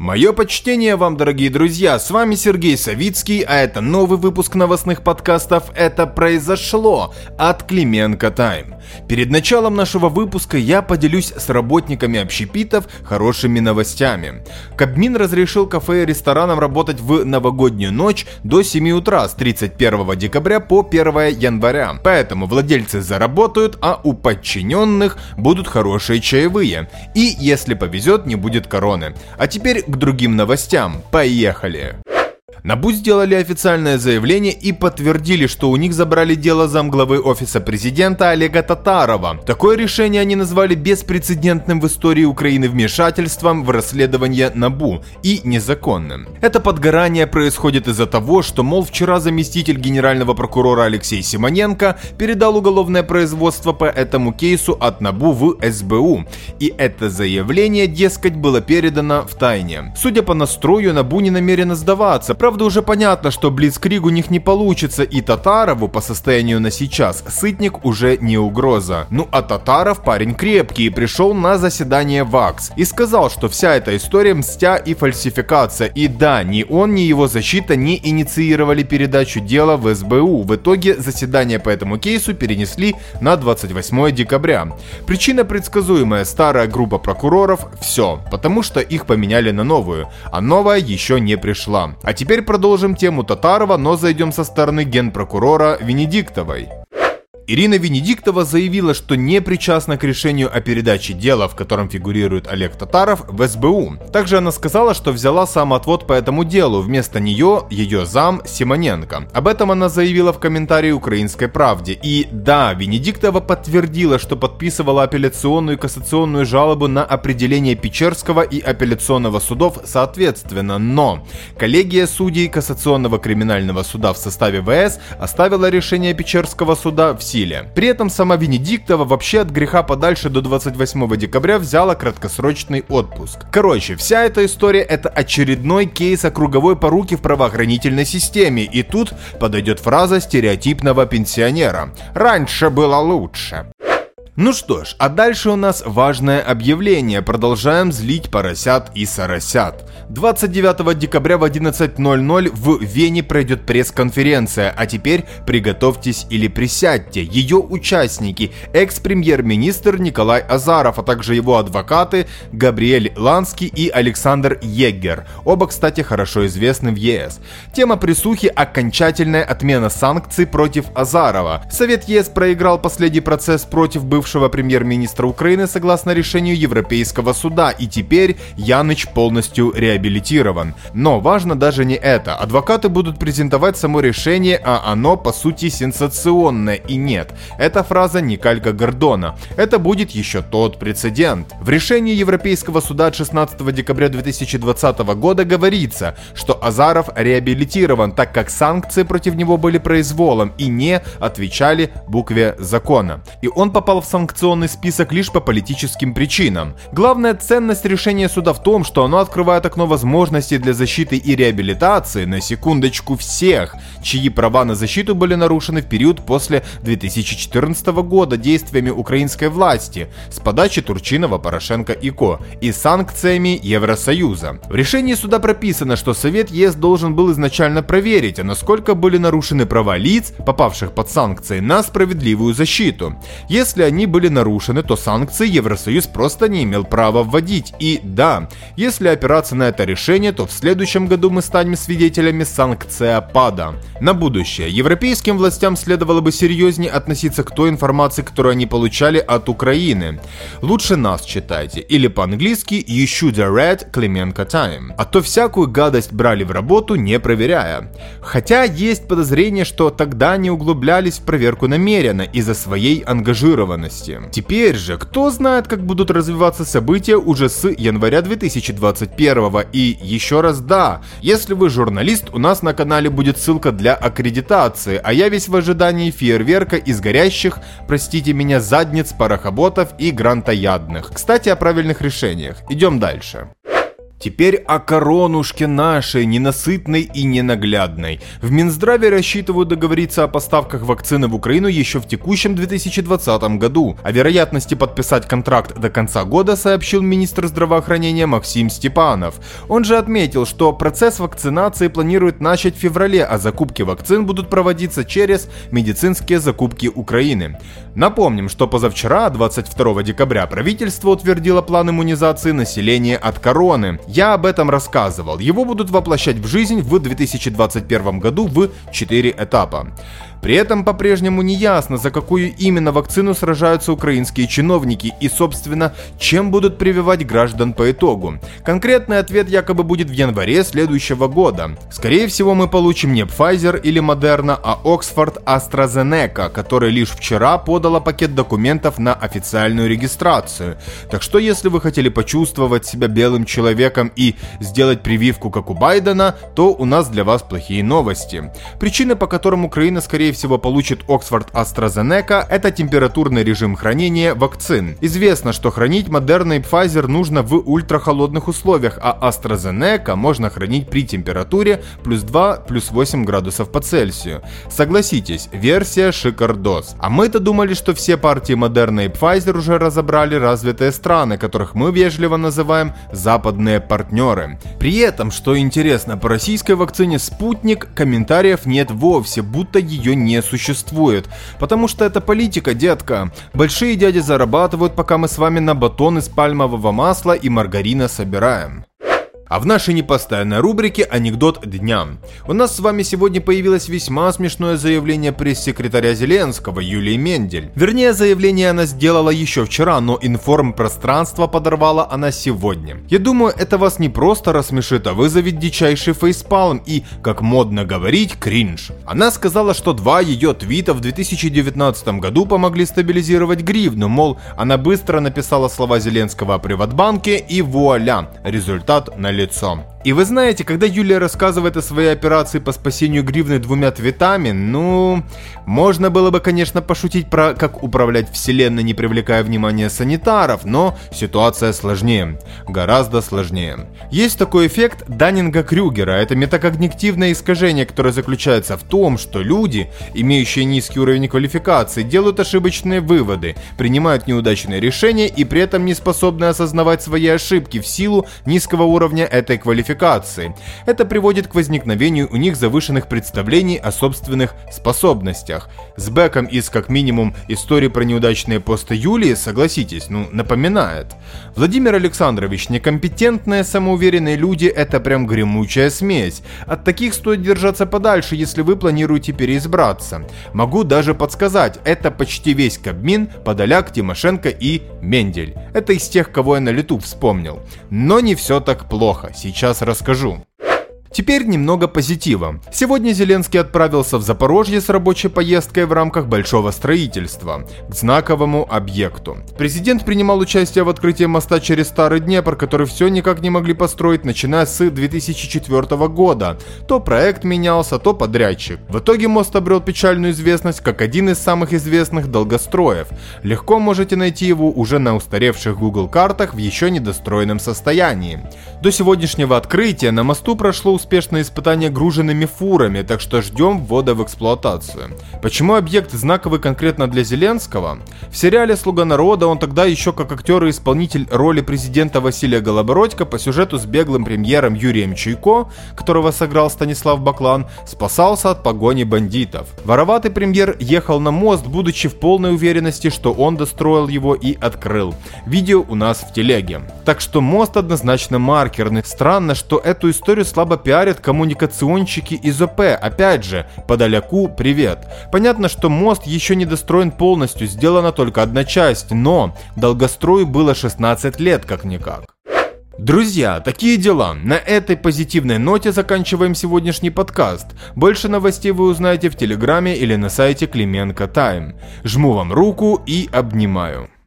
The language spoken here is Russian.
Мое почтение вам, дорогие друзья, с вами Сергей Савицкий, а это новый выпуск новостных подкастов «Это произошло» от Клименко Тайм. Перед началом нашего выпуска я поделюсь с работниками общепитов хорошими новостями. Кабмин разрешил кафе и ресторанам работать в новогоднюю ночь до 7 утра с 31 декабря по 1 января. Поэтому владельцы заработают, а у подчиненных будут хорошие чаевые. И, если повезет, не будет короны. А теперь к другим новостям. Поехали! НАБУ сделали официальное заявление и подтвердили, что у них забрали дело замглавы Офиса Президента Олега Татарова. Такое решение они назвали беспрецедентным в истории Украины вмешательством в расследование НАБУ и незаконным. Это подгорание происходит из-за того, что, мол, вчера заместитель генерального прокурора Алексей Симоненко передал уголовное производство по этому кейсу от НАБУ в СБУ. И это заявление, дескать, было передано в тайне. Судя по настрою, НАБУ не намерено сдаваться. Правда, уже понятно, что блицкриг у них не получится, и Татарову по состоянию на сейчас Сытник уже не угроза. Ну а Татаров парень крепкий и пришел на заседание ВАКС и сказал, что вся эта история мстя и фальсификация. И да, ни он, ни его защита не инициировали передачу дела в СБУ. В итоге заседание по этому кейсу перенесли на 28 декабря. Причина предсказуемая: старая группа прокуроров все, потому что их поменяли на новую, а новая еще не пришла. А теперь продолжим тему Татарова, но зайдем со стороны генпрокурора Венедиктовой. Ирина Венедиктова заявила, что не причастна к решению о передаче дела, в котором фигурирует Олег Татаров, в СБУ. Также она сказала, что взяла самоотвод по этому делу, вместо нее ее зам Симоненко. Об этом она заявила в комментарии «Украинской правде». И да, Венедиктова подтвердила, что подписывала апелляционную и кассационную жалобу на определение Печерского и апелляционного судов соответственно, но коллегия судей Кассационного криминального суда в составе ВС оставила решение Печерского суда в силе. При этом сама Венедиктова вообще от греха подальше до 28 декабря взяла краткосрочный отпуск. Короче, вся эта история — это очередной кейс о круговой поруке в правоохранительной системе, и тут подойдет фраза стереотипного пенсионера: «Раньше было лучше». Ну что ж, а дальше у нас важное объявление. Продолжаем злить поросят и соросят. 29 декабря в 11:00 в Вене пройдет пресс-конференция, а теперь приготовьтесь или присядьте. Ее участники: экс-премьер-министр Николай Азаров, а также его адвокаты Габриэль Ланский и Александр Еггер. Оба, кстати, хорошо известны в ЕС. Тема присухи: окончательная отмена санкций против Азарова. Совет ЕС проиграл последний процесс против бывшего премьер-министра Украины согласно решению Европейского суда, и теперь Яныч полностью реабилитирован. Но важно даже не это. Адвокаты будут презентовать само решение, а оно по сути сенсационное. И нет, эта фраза не калька Гордона. Это будет еще тот прецедент. В решении Европейского суда от 16 декабря 2020 года говорится, что Азаров реабилитирован, так как санкции против него были произволом и не отвечали букве закона. И он попал в санкционный список лишь по политическим причинам. Главная ценность решения суда в том, что оно открывает окно возможностей для защиты и реабилитации, на секундочку, всех, чьи права на защиту были нарушены в период после 2014 года действиями украинской власти с подачи Турчинова, Порошенко и Ко и санкциями Евросоюза. В решении суда прописано, что Совет ЕС должен был изначально проверить, а насколько были нарушены права лиц, попавших под санкции, на справедливую защиту. Если они были нарушены, то санкции Евросоюз просто не имел права вводить. И да, если опираться на это решение, то в следующем году мы станем свидетелями санкциопада. На будущее. Европейским властям следовало бы серьезнее относиться к той информации, которую они получали от Украины. Лучше нас читайте. Или по-английски You should read Клименко Time. А то всякую гадость брали в работу, не проверяя. Хотя есть подозрение, что тогда не углублялись в проверку намеренно из-за своей ангажированности. Теперь же, кто знает, как будут развиваться события уже с января 2021. И еще раз да, если вы журналист, у нас на канале будет ссылка для аккредитации, а я весь в ожидании фейерверка из горящих, простите меня, задниц парохоботов и грантоядных. Кстати, о правильных решениях. Идем дальше. Теперь о коронушке нашей, ненасытной и ненаглядной. В Минздраве рассчитывают договориться о поставках вакцины в Украину еще в текущем 2020 году. О вероятности подписать контракт до конца года сообщил министр здравоохранения Максим Степанов. Он же отметил, что процесс вакцинации планирует начать в феврале, а закупки вакцин будут проводиться через медицинские закупки Украины. Напомним, что позавчера, 22 декабря, правительство утвердило план иммунизации населения от короны. Я об этом рассказывал. Его будут воплощать в жизнь в 2021 году в 4 этапа. При этом по-прежнему не ясно, за какую именно вакцину сражаются украинские чиновники и, собственно, чем будут прививать граждан по итогу. Конкретный ответ якобы будет в январе следующего года. Скорее всего, мы получим не Pfizer или Moderna, а Oxford AstraZeneca, которая лишь вчера подала пакет документов на официальную регистрацию. Так что, если вы хотели почувствовать себя белым человеком и сделать прививку, как у Байдена, то у нас для вас плохие новости. Причины, по которым Украина, скорее всего, получит Oxford AstraZeneca, это температурный режим хранения вакцин. Известно, что хранить Moderna и Pfizer нужно в ультрахолодных условиях, а AstraZeneca можно хранить при температуре плюс 2, плюс 8 градусов по Цельсию. Согласитесь, версия шикардос. А мы-то думали, что все партии Moderna и Pfizer уже разобрали развитые страны, которых мы вежливо называем западные партнеры. При этом, что интересно, по российской вакцине «Спутник» комментариев нет вовсе, будто ее не существует. Потому что это политика, детка. Большие дяди зарабатывают, пока мы с вами на батон из пальмового масла и маргарина собираем. А в нашей непостоянной рубрике «Анекдот дня». У нас с вами сегодня появилось весьма смешное заявление пресс-секретаря Зеленского Юлии Мендель. Вернее, заявление она сделала еще вчера, но информпространство подорвала она сегодня. Я думаю, это вас не просто рассмешит, а вызовет дичайший фейспалм и, как модно говорить, кринж. Она сказала, что 2 ее твита в 2019 году помогли стабилизировать гривну, мол, она быстро написала слова Зеленского о Приватбанке и вуаля, результат налицо. И вы знаете, когда Юлия рассказывает о своей операции по спасению гривны 2 твитами, можно было бы, конечно, пошутить про как управлять вселенной, не привлекая внимания санитаров, но ситуация сложнее, гораздо сложнее. Есть такой эффект Даннинга-Крюгера, это метакогнитивное искажение, которое заключается в том, что люди, имеющие низкий уровень квалификации, делают ошибочные выводы, принимают неудачные решения и при этом не способны осознавать свои ошибки в силу низкого уровня этой квалификации. Это приводит к возникновению у них завышенных представлений о собственных способностях. С бэком из, как минимум, истории про неудачные посты Юлии, согласитесь, напоминает. Владимир Александрович, некомпетентные, самоуверенные люди – это прям гремучая смесь. От таких стоит держаться подальше, если вы планируете переизбраться. Могу даже подсказать, это почти весь Кабмин, Подоляк, Тимошенко и Мендель. Это из тех, кого я на лету вспомнил. Но не все так плохо, сейчас расскажу. Теперь немного позитива. Сегодня Зеленский отправился в Запорожье с рабочей поездкой в рамках большого строительства к знаковому объекту. Президент принимал участие в открытии моста через Старый Днепр, который все никак не могли построить, начиная с 2004 года. То проект менялся, то подрядчик. В итоге мост обрел печальную известность как один из самых известных долгостроев. Легко можете найти его уже на устаревших Google картах в еще недостроенном состоянии. До сегодняшнего открытия на мосту прошло успешное испытание груженными фурами, так что ждем ввода в эксплуатацию. Почему объект знаковый конкретно для Зеленского? В сериале «Слуга народа» он тогда еще как актер и исполнитель роли президента Василия Голобородько по сюжету с беглым премьером Юрием Чуйко, которого сыграл Станислав Баклан, спасался от погони бандитов. Вороватый премьер ехал на мост, будучи в полной уверенности, что он достроил его и открыл. Видео у нас в телеге. Так что мост однозначно маркерный. Странно, что эту историю слабо пиарят коммуникационщики из ОП. Опять же, Подоляку привет. Понятно, что мост еще не достроен полностью, сделана только одна часть, но долгострою было 16 лет как-никак. Друзья, такие дела. На этой позитивной ноте заканчиваем сегодняшний подкаст. Больше новостей вы узнаете в Телеграме или на сайте Клименко Тайм. Жму вам руку и обнимаю.